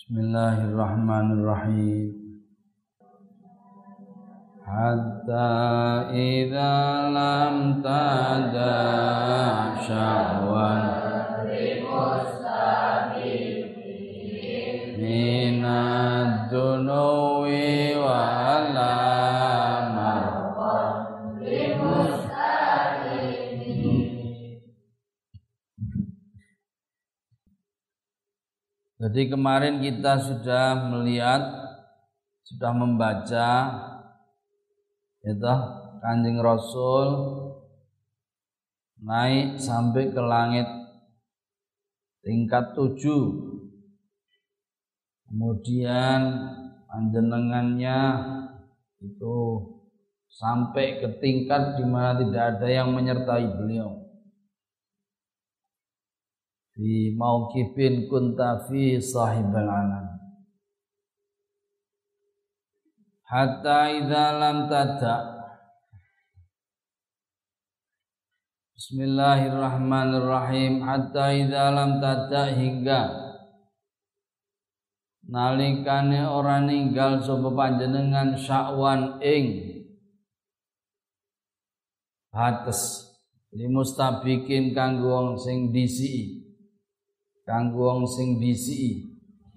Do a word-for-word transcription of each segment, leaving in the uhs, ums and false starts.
Bismillahirrahmanirrahim. Hatta idza lam tada syahwan minad dunuwi wa alamar. Jadi kemarin kita sudah melihat, sudah membaca itu Kanjeng Rasul naik sampai ke langit tingkat tujuh. Kemudian panjenengannya itu sampai ke tingkat di mana tidak ada yang menyertai beliau. Fi mauqifin kunta fi sahibal alam. Hatta idza lam tada. Bismillahirrahmanirrahim. Hatta idza lam tada, hingga nalikane ora ninggal sapa panjenengan sya'wan ing bates limustabikin kanggo wong sing disiki. Kanggo wong sing disiki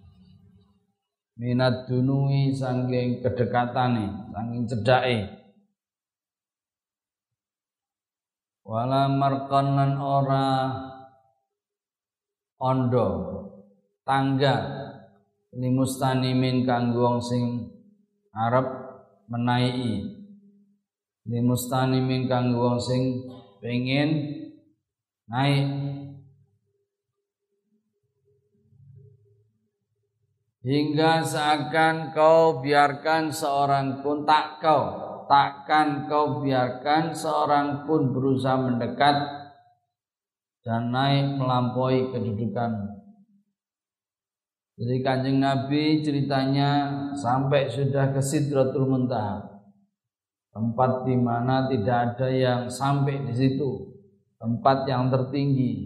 minat dunui saking kedekatane, saking cedake. Wala marqan lan ora ondo tangga limustanimin kanggo wong sing arep menaiki. Limustanimin kanggo wong sing pengen naik. Hingga seakan kau biarkan seorang pun tak kau takkan kau biarkan seorang pun berusaha mendekat dan naik melampaui kedudukan. Jadi Kanjeng Nabi ceritanya sampai sudah ke Sidratul Muntaha, tempat di mana tidak ada yang sampai di situ, tempat yang tertinggi.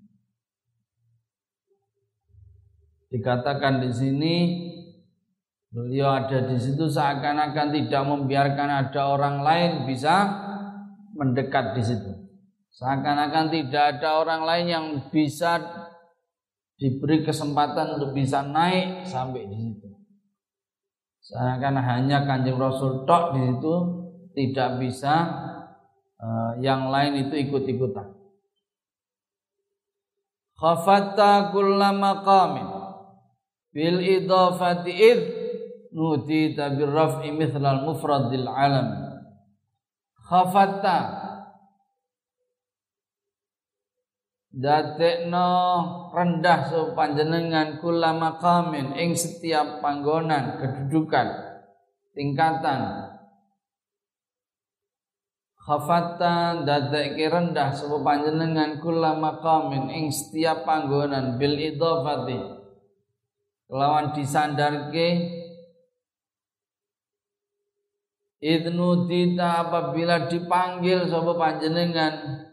Dikatakan di sini beliau ada di situ seakan-akan tidak membiarkan ada orang lain bisa mendekat di situ. Seakan-akan tidak ada orang lain yang bisa diberi kesempatan untuk bisa naik sampai di situ. Seakan hanya Kanjeng Rasul tok di situ, tidak bisa uh, yang lain itu ikut-ikutan. Khafatta kulla maqamin bil idafati id nudita bir raf'i mithlal mufradil alam. Khafatta datekno rendah so panjenengan kula maqamin ing setiap panggonan, kedudukan, tingkatan. Khafatta datekke rendah so panjenengan kula maqamin ing setiap panggonan bil idafati lawan disandarke idnu dita apabila dipanggil sapa panjenengan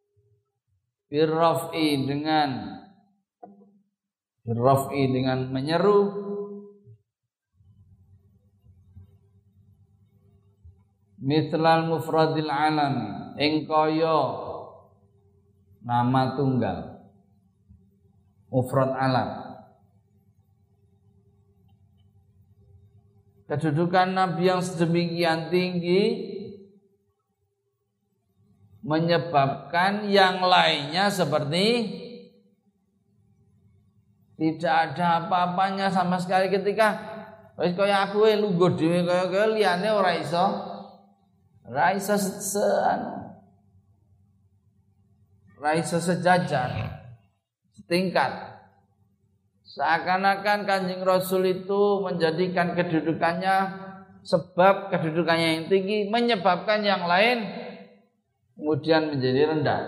birraf'i dengan birraf'i dengan menyeru mithlal mufradil alam ing kaya nama tunggal mufrad alam. Kedudukan Nabi yang sedemikian tinggi menyebabkan yang lainnya seperti tidak ada apa-apanya sama sekali ketika wis kaya aku lungguh dhewe kaya-kaya liyane ora iso ora iso se ora iso sejajar setingkat. Seakan-akan Kanjeng Rasul itu menjadikan kedudukannya, sebab kedudukannya yang tinggi menyebabkan yang lain kemudian menjadi rendah.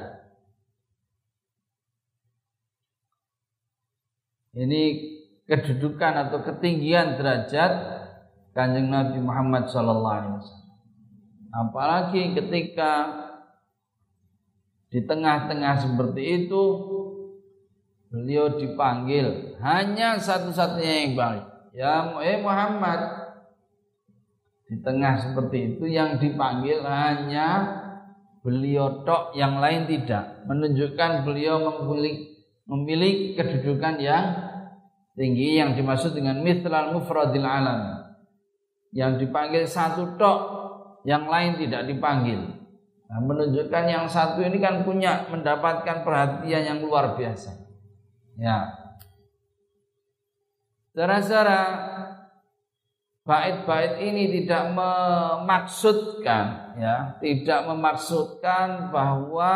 Ini kedudukan atau ketinggian derajat Kanjeng Nabi Muhammad sallallahu alaihi wasallam. Apalagi ketika di tengah-tengah seperti itu beliau dipanggil hanya satu-satunya yang baik. Ya eh Muhammad, di tengah seperti itu yang dipanggil hanya beliau tok, yang lain tidak, menunjukkan beliau memiliki, memiliki kedudukan yang tinggi yang dimaksud dengan mithlal mufradil alam. Yang dipanggil satu tok, yang lain tidak dipanggil. Nah, menunjukkan yang satu ini kan punya mendapatkan perhatian yang luar biasa. Ya. Saudara-saudara, bait-bait ini tidak memaksudkan, ya, tidak memaksudkan bahwa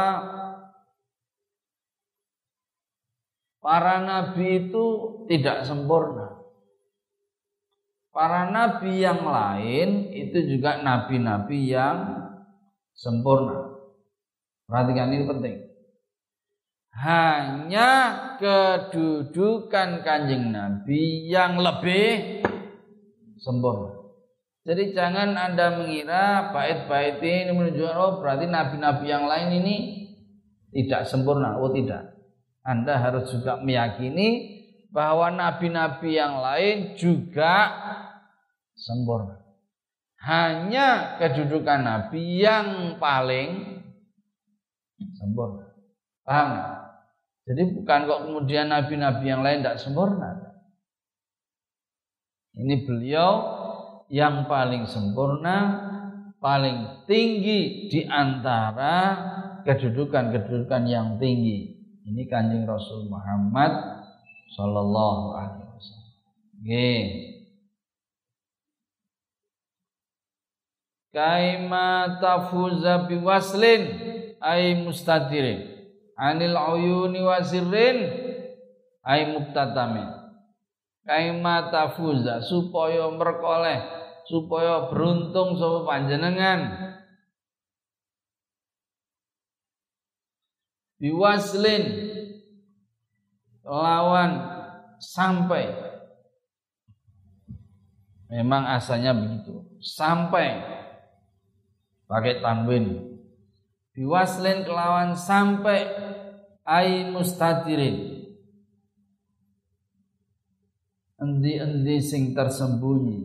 para nabi itu tidak sempurna. Para nabi yang lain itu juga nabi-nabi yang sempurna. Perhatikan, ini penting. Hanya kedudukan Kanjeng Nabi yang lebih sempurna. Jadi jangan Anda mengira bait-bait ini menunjukkan oh berarti nabi-nabi yang lain ini tidak sempurna. Oh tidak. Anda harus juga meyakini bahwa nabi-nabi yang lain juga sempurna. Hanya kedudukan nabi yang paling sempurna. Paham? Jadi bukan kok kemudian nabi-nabi yang lain tidak sempurna. Ini beliau yang paling sempurna, paling tinggi di antara kedudukan-kedudukan yang tinggi. Ini Kanjeng Rasul Muhammad sallallahu alaihi wasallam. Nggih. Kaima tafuza biwaslin ay mustadirin anil uyuni wasirrin ay mubtatamin. Kaima tafuza, supaya merkoleh, supaya beruntung sapa panjenengan biwaslin lawan sampai. Memang asalnya begitu, sampai pakai tanwin. Biwaslin kelawan sampai ai mustadirin, endi-endi sing tersembunyi,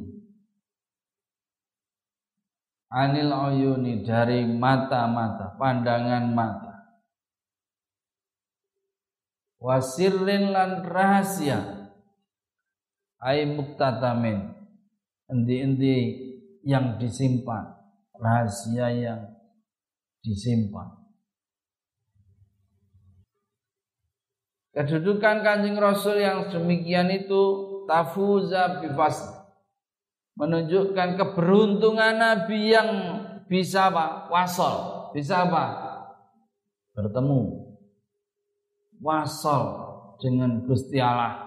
anil uyuni dari mata-mata, pandangan mata, wasirrin lan rahasia, ai muktatamin, endi-endi yang disimpan, rahasia yang disimpan. Kedudukan Kanjeng Rasul yang demikian itu tafuza bifasl, menunjukkan keberuntungan Nabi yang bisa apa? Wasol, bisa apa? Bertemu, wasol dengan Gusti Allah.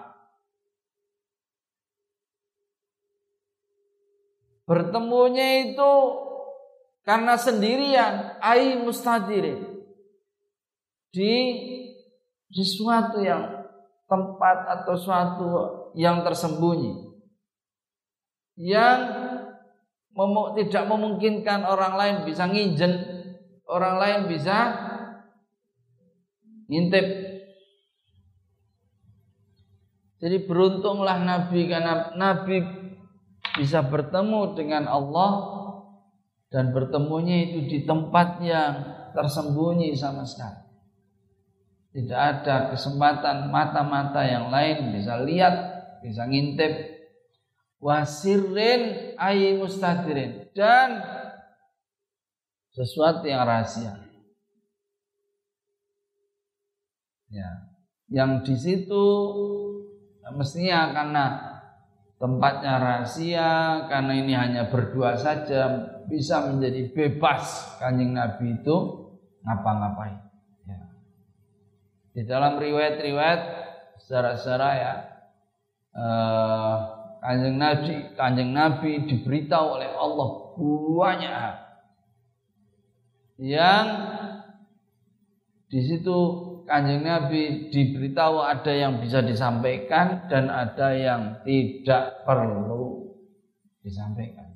Bertemunya itu karena sendirian, ai mustadirin, di sesuatu yang tempat atau suatu yang tersembunyi, yang mem- tidak memungkinkan orang lain bisa nginjen, orang lain bisa ngintip. Jadi beruntunglah Nabi, karena Nabi bisa bertemu dengan Allah, dan bertemunya itu di tempat yang tersembunyi sama sekali. Tidak ada kesempatan mata-mata yang lain bisa lihat, bisa ngintip. Wasirrin ay mustadirin, dan sesuatu yang rahasia. Ya, yang di situ mestinya karena tempatnya rahasia, karena ini hanya berdua saja, bisa menjadi bebas Kanjeng Nabi itu ngapa-ngapain. Ya. Di dalam riwayat-riwayat secara-secara ya, eh, Kanjeng Nabi, Kanjeng Nabi diberitahu oleh Allah banyak hal yang di situ Kanjeng Nabi diberitahu ada yang bisa disampaikan dan ada yang tidak perlu disampaikan.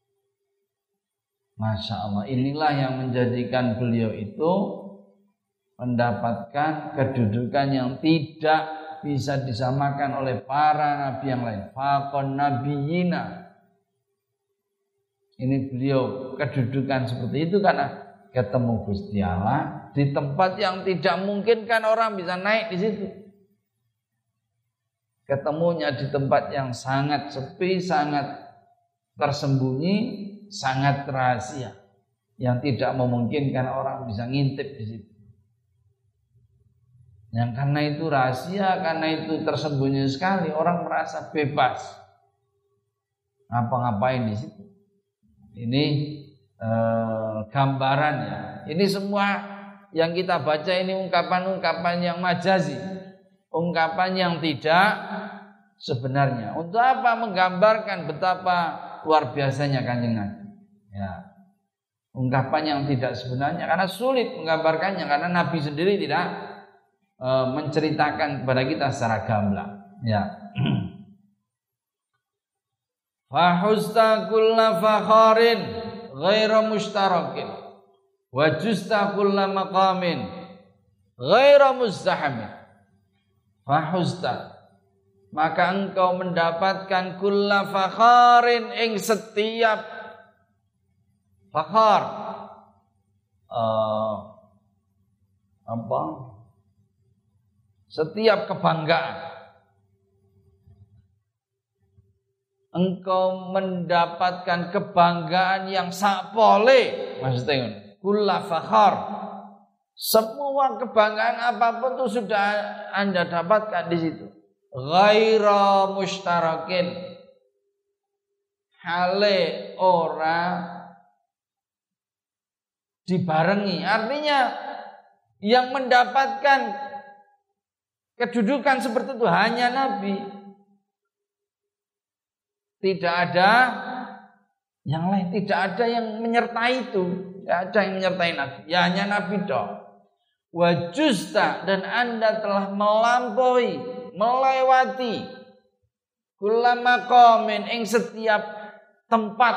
Masya Allah, inilah yang menjadikan beliau itu mendapatkan kedudukan yang tidak bisa disamakan oleh para nabi yang lain. Faqon nabiyina. Ini beliau kedudukan seperti itu karena ketemu Gusti Allah di tempat yang tidak mungkin kan orang bisa naik di situ. Ketemunya di tempat yang sangat sepi, sangat tersembunyi, sangat rahasia, yang tidak memungkinkan orang bisa ngintip di situ. Yang karena itu rahasia, karena itu tersembunyi sekali, orang merasa bebas ngapa-ngapain di situ. Ini eh, gambaran ya. Ini semua yang kita baca ini ungkapan-ungkapan yang majazi, ungkapan yang tidak sebenarnya. Untuk apa? Menggambarkan betapa luar biasanya Kanjeng Nabi. Ya. Ungkapan yang tidak sebenarnya karena sulit menggambarkannya karena Nabi sendiri tidak e, menceritakan kepada kita secara gamblang. Ya. Fahusta kulla fakharin ghaira mushtarakin wajusta kulla maqamin ghaira muzdahamin. Fahusta, maka engkau mendapatkan kulla fakharin ing setiap fakhar uh, apa setiap kebanggaan. Engkau mendapatkan kebanggaan yang sakpole, maksudnya kulla fakhar, semua kebanggaan apapun itu sudah Anda dapatkan di situ. Ghaira mushtarakin, hale ora dibarengi. Artinya yang mendapatkan kedudukan seperti itu hanya Nabi. Tidak ada yang lain, tidak ada yang menyertai itu, tidak ada yang menyertai Nabi. Ya hanya Nabi dong. Wajusta, dan Anda telah melampaui, melewati kullama qamin ing setiap tempat.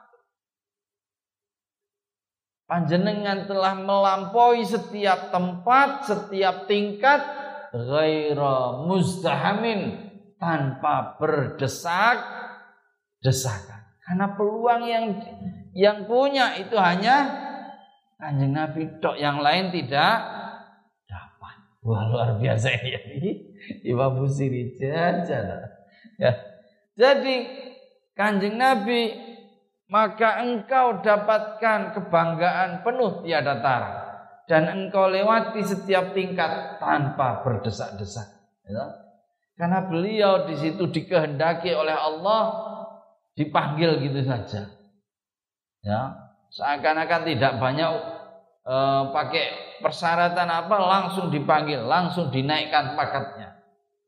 Panjenengan telah melampaui setiap tempat, setiap tingkat, ghaira muzdahamin, tanpa berdesak desakan. Karena peluang yang yang punya itu hanya Kanjeng Nabi tok, yang lain tidak dapat. Wah, luar biasa ya ini Imam Busiri jajan. Ya. Jadi Kanjeng Nabi, maka engkau dapatkan kebanggaan penuh tiada tara dan engkau lewati setiap tingkat tanpa berdesak-desak. Ya. Karena beliau di situ dikehendaki oleh Allah, dipanggil gitu saja, ya, seakan-akan tidak banyak e, pakai persyaratan apa, langsung dipanggil, langsung dinaikkan pangkatnya.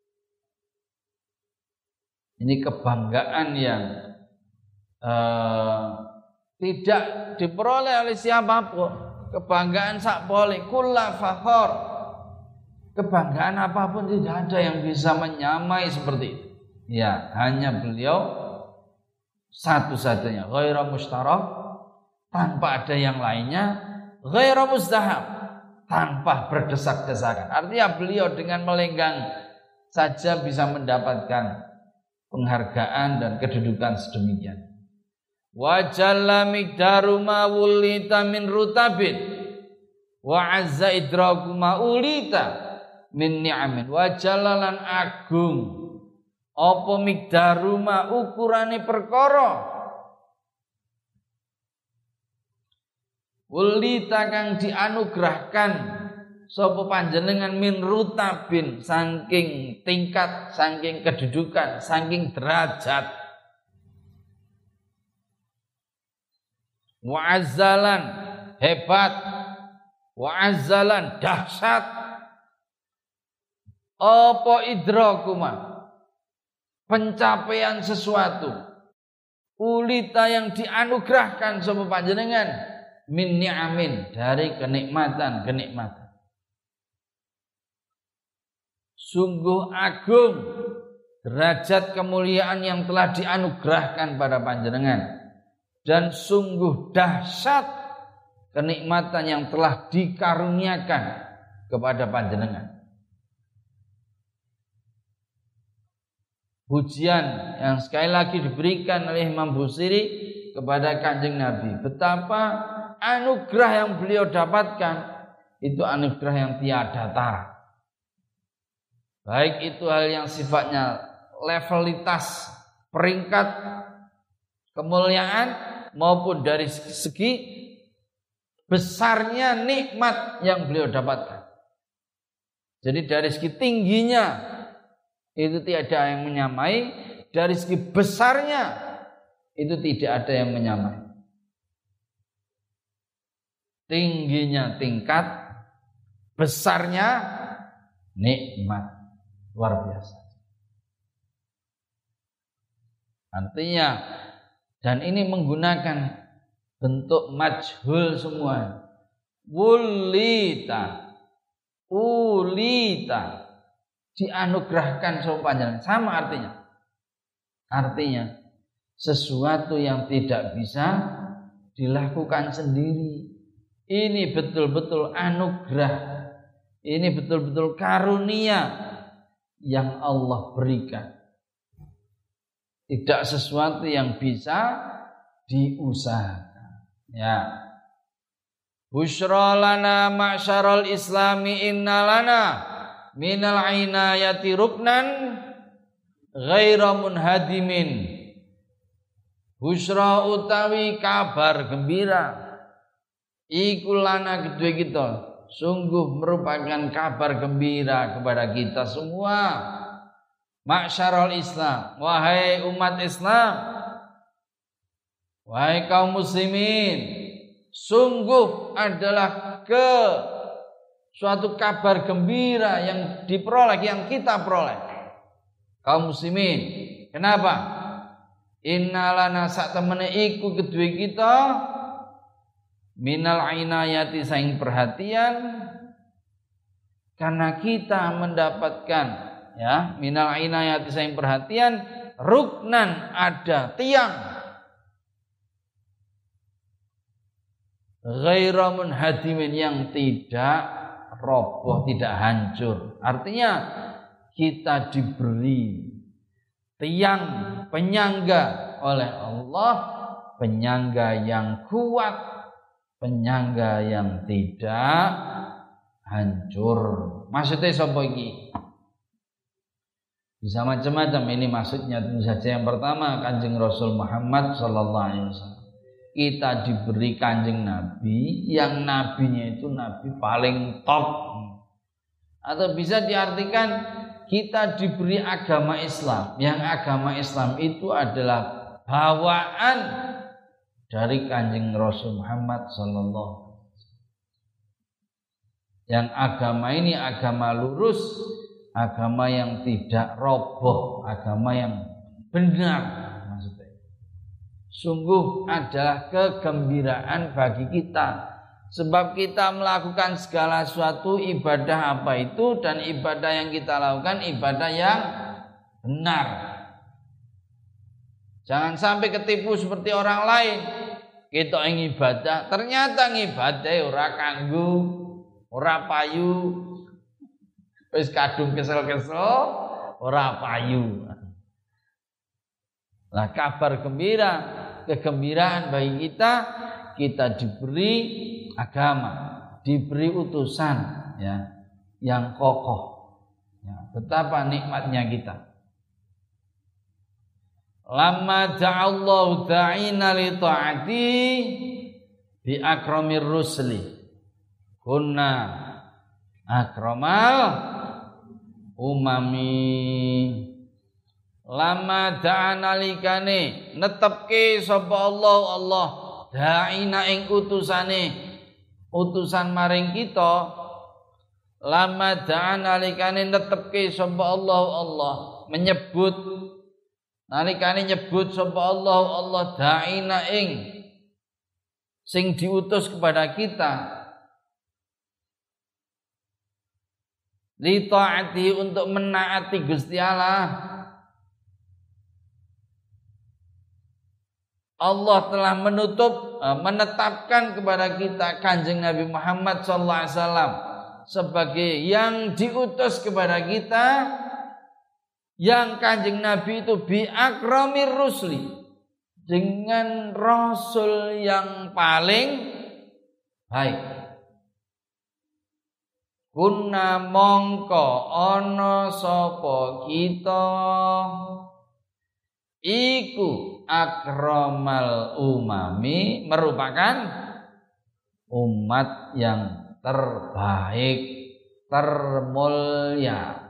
Ini kebanggaan yang e, tidak diperoleh oleh siapapun. Kebanggaan sakpole, kulla fakhor, kebanggaan apapun tidak ada yang bisa menyamai seperti itu. Ya, hanya beliau satu-satunya, ghaira mushtarak, tanpa ada yang lainnya, ghaira muzdaham, tanpa berdesak-desakan. Artinya beliau dengan melenggang saja bisa mendapatkan penghargaan dan kedudukan sedemikian. Wa jalla miqdaru ma wulita min rutabin wa azza idraku ma ulita min ni'amin. Wa jallalan agung apa miqdaru ma ukurane perkara wulita kang dianugerahkan sapa panjenengan min rutabin, saking tingkat, saking kedudukan, saking derajat. Wa azzalan hebat, wa azzalan dahsyat, apa idrakuma pencapaian sesuatu, ulita yang dianugerahkan sama panjenengan, min ni'amin, dari kenikmatan-kenikmatan. Sungguh agung derajat kemuliaan yang telah dianugerahkan pada panjenengan, dan sungguh dahsyat kenikmatan yang telah dikaruniakan kepada panjenengan. Pujian yang sekali lagi diberikan oleh Imam Busiri kepada Kanjeng Nabi. Betapa anugerah yang beliau dapatkan itu anugerah yang tiada tara. Baik itu hal yang sifatnya levelitas, peringkat kemuliaan, maupun dari segi besarnya nikmat yang beliau dapatkan. Jadi dari segi tingginya itu tidak ada yang menyamai, dari segi besarnya itu tidak ada yang menyamai. Tingginya tingkat, besarnya nikmat. Luar biasa. Artinya, dan ini menggunakan bentuk majhul semua. Wulita, ulita, dianugerahkan sama panjenengan. Sama artinya. Artinya, sesuatu yang tidak bisa dilakukan sendiri. Ini betul-betul anugerah. Ini betul-betul karunia yang Allah berikan. Tidak sesuatu yang bisa diusahakan. Ya. Busyra lana ma'syaral islami inna lana minal inayati ruknan ghaira munhadimin. Busyra utawi kabar gembira iku lana kedue kita, sungguh merupakan kabar gembira kepada kita semua. Ma'syarul Islam, wahai umat Islam, wahai kaum muslimin, sungguh adalah ke suatu kabar gembira yang diperoleh, yang kita peroleh kaum muslimin. Kenapa? Innalana sak temene iku kedue kita minal inayati saing perhatian, karena kita mendapatkan ya minal inayati saing perhatian, ruknan ada tiang ghaira munhadimin yang tidak roboh, tidak hancur. Artinya kita diberi tiang penyangga oleh Allah, penyangga yang kuat, penyangga yang tidak hancur. Maksudnya sapa iki? Bisa macam-macam. Ini maksudnya tentu saja yang pertama Kanjeng Rasul Muhammad sallallahu alaihi wasallam. Kita diberi Kanjeng Nabi yang nabinya itu nabi paling top. Atau bisa diartikan kita diberi agama Islam, yang agama Islam itu adalah bawaan dari Kanjeng Rasul Muhammad sallallahu alaihi wasallam. Yang agama ini agama lurus, agama yang tidak roboh, agama yang benar maksudnya. Sungguh adalah kegembiraan bagi kita, sebab kita melakukan segala sesuatu ibadah apa itu, dan ibadah yang kita lakukan ibadah yang benar. Jangan sampai ketipu seperti orang lain. Kita ingin ibadah, ternyata ibadah ora kanggo, ora payu, wis kadung kesel-kesel, ora payu. Nah, kabar gembira, kegembiraan bagi kita, kita diberi agama, diberi utusan ya yang kokoh. Ya, betapa nikmatnya kita. Lamma ja'allahu da'ina li ta'ati bi akramir rusli kunna akramal umami. Lama da'ana likane netepke sapa Allah Allah da'ina ing utusane, utusan maring kita. Lama da'ana likane netepke sapa Allah Allah menyebut, nalikane nyebut sapa Allah Allah da'ina ing sing diutus kepada kita li ta'ati untuk menaati Gusti Allah. Allah telah menutup, menetapkan kepada kita Kanjeng Nabi Muhammad sallallahu alaihi wasallam sebagai yang diutus kepada kita, yang Kanjeng Nabi itu bi akramir rusli, dengan rasul yang paling baik. Kunna mongko ana sapa kita iku akramal umami, merupakan umat yang terbaik, termulia.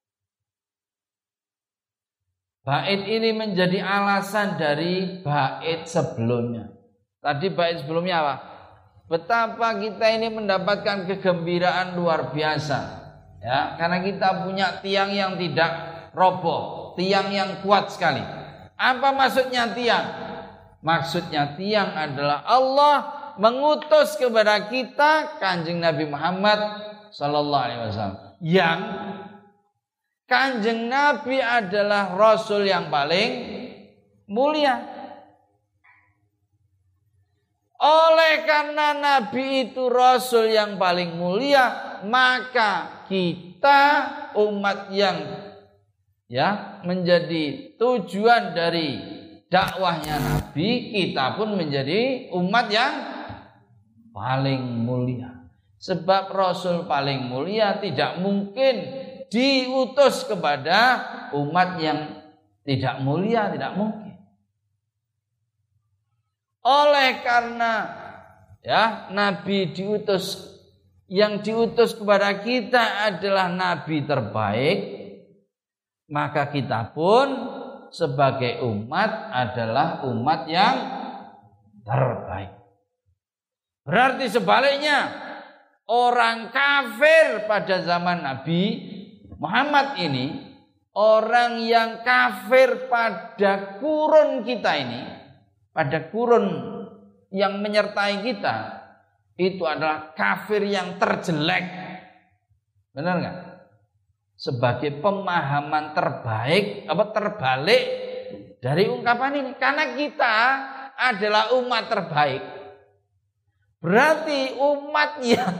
Bait ini menjadi alasan dari bait sebelumnya. Tadi bait sebelumnya apa? Betapa kita ini mendapatkan kegembiraan luar biasa, ya, karena kita punya tiang yang tidak roboh, tiang yang kuat sekali. Apa maksudnya tiang? Maksudnya tiang adalah Allah mengutus kepada kita Kanjeng Nabi Muhammad sallallahu alaihi wasallam, yang Kanjeng Nabi adalah Rasul yang paling mulia. Oleh karena Nabi itu Rasul yang paling mulia, maka kita umat yang ya menjadi tujuan dari dakwahnya Nabi, kita pun menjadi umat yang paling mulia. Sebab Rasul paling mulia tidak mungkin diutus kepada umat yang tidak mulia, tidak mungkin. Oleh karena ya Nabi diutus, yang diutus kepada kita adalah Nabi terbaik, maka kita pun sebagai umat adalah umat yang terbaik. Berarti sebaliknya, orang kafir pada zaman Nabi Muhammad ini, orang yang kafir pada kurun kita ini, pada kurun yang menyertai kita, itu adalah kafir yang terjelek. Benar nggak? Sebagai pemahaman terbaik, apa terbalik dari ungkapan ini. Karena kita adalah umat terbaik, berarti umat yang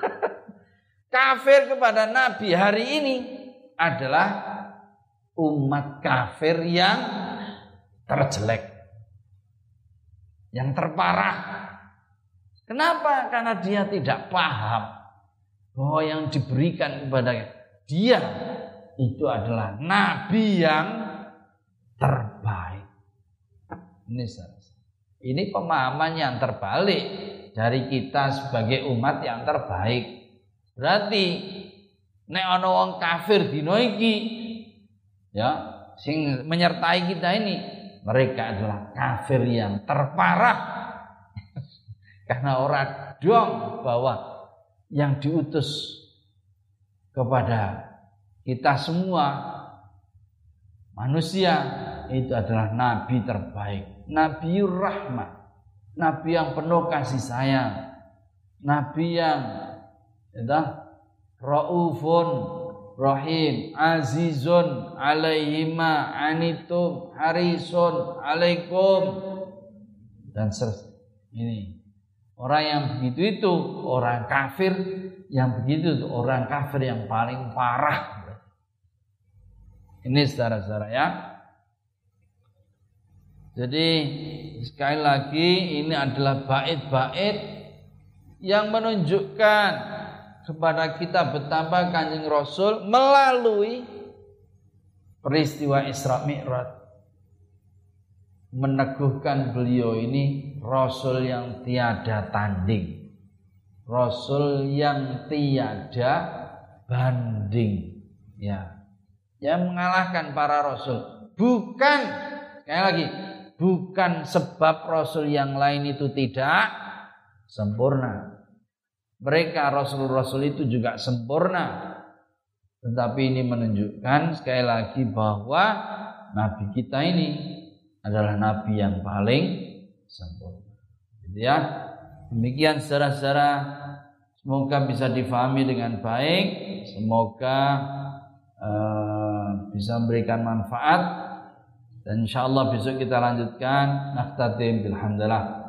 kafir kepada Nabi hari ini adalah umat kafir yang terjelek, yang terparah. Kenapa? Karena dia tidak paham bahwa yang diberikan kepada dia itu adalah Nabi yang terbaik. Ini ini pemahaman yang terbalik dari kita sebagai umat yang terbaik. Berarti nek ana wong kafir dina iki ya sing menyertai kita ini, mereka adalah kafir yang terparah. Karena orang dong bahwa yang diutus kepada kita semua manusia itu adalah Nabi terbaik, Nabiur Rahmah, Nabi yang penuh kasih sayang, Nabi yang ya, Raufun Rahim, Azizun alaihima anitum harisun alaikum, dan seterusnya. Ini orang yang begitu itu orang kafir, yang begitu itu orang kafir yang paling parah. Ini saudara-saudara ya. Jadi sekali lagi ini adalah bait-bait yang menunjukkan kepada kita betapa Kanjeng Rasul melalui peristiwa Isra Mi'raj meneguhkan beliau ini Rasul yang tiada tanding, Rasul yang tiada banding, ya, yang mengalahkan para Rasul. Bukan, sekali lagi, bukan sebab Rasul yang lain itu tidak sempurna. Mereka Rasul-Rasul itu juga sempurna, tetapi ini menunjukkan sekali lagi bahwa Nabi kita ini adalah Nabi yang paling sempurna. Gitu ya. Demikian saudara-saudara, semoga bisa difahami dengan baik, semoga uh, bisa memberikan manfaat, dan insyaallah besok kita lanjutkan. Naftatim bilhamdulillah.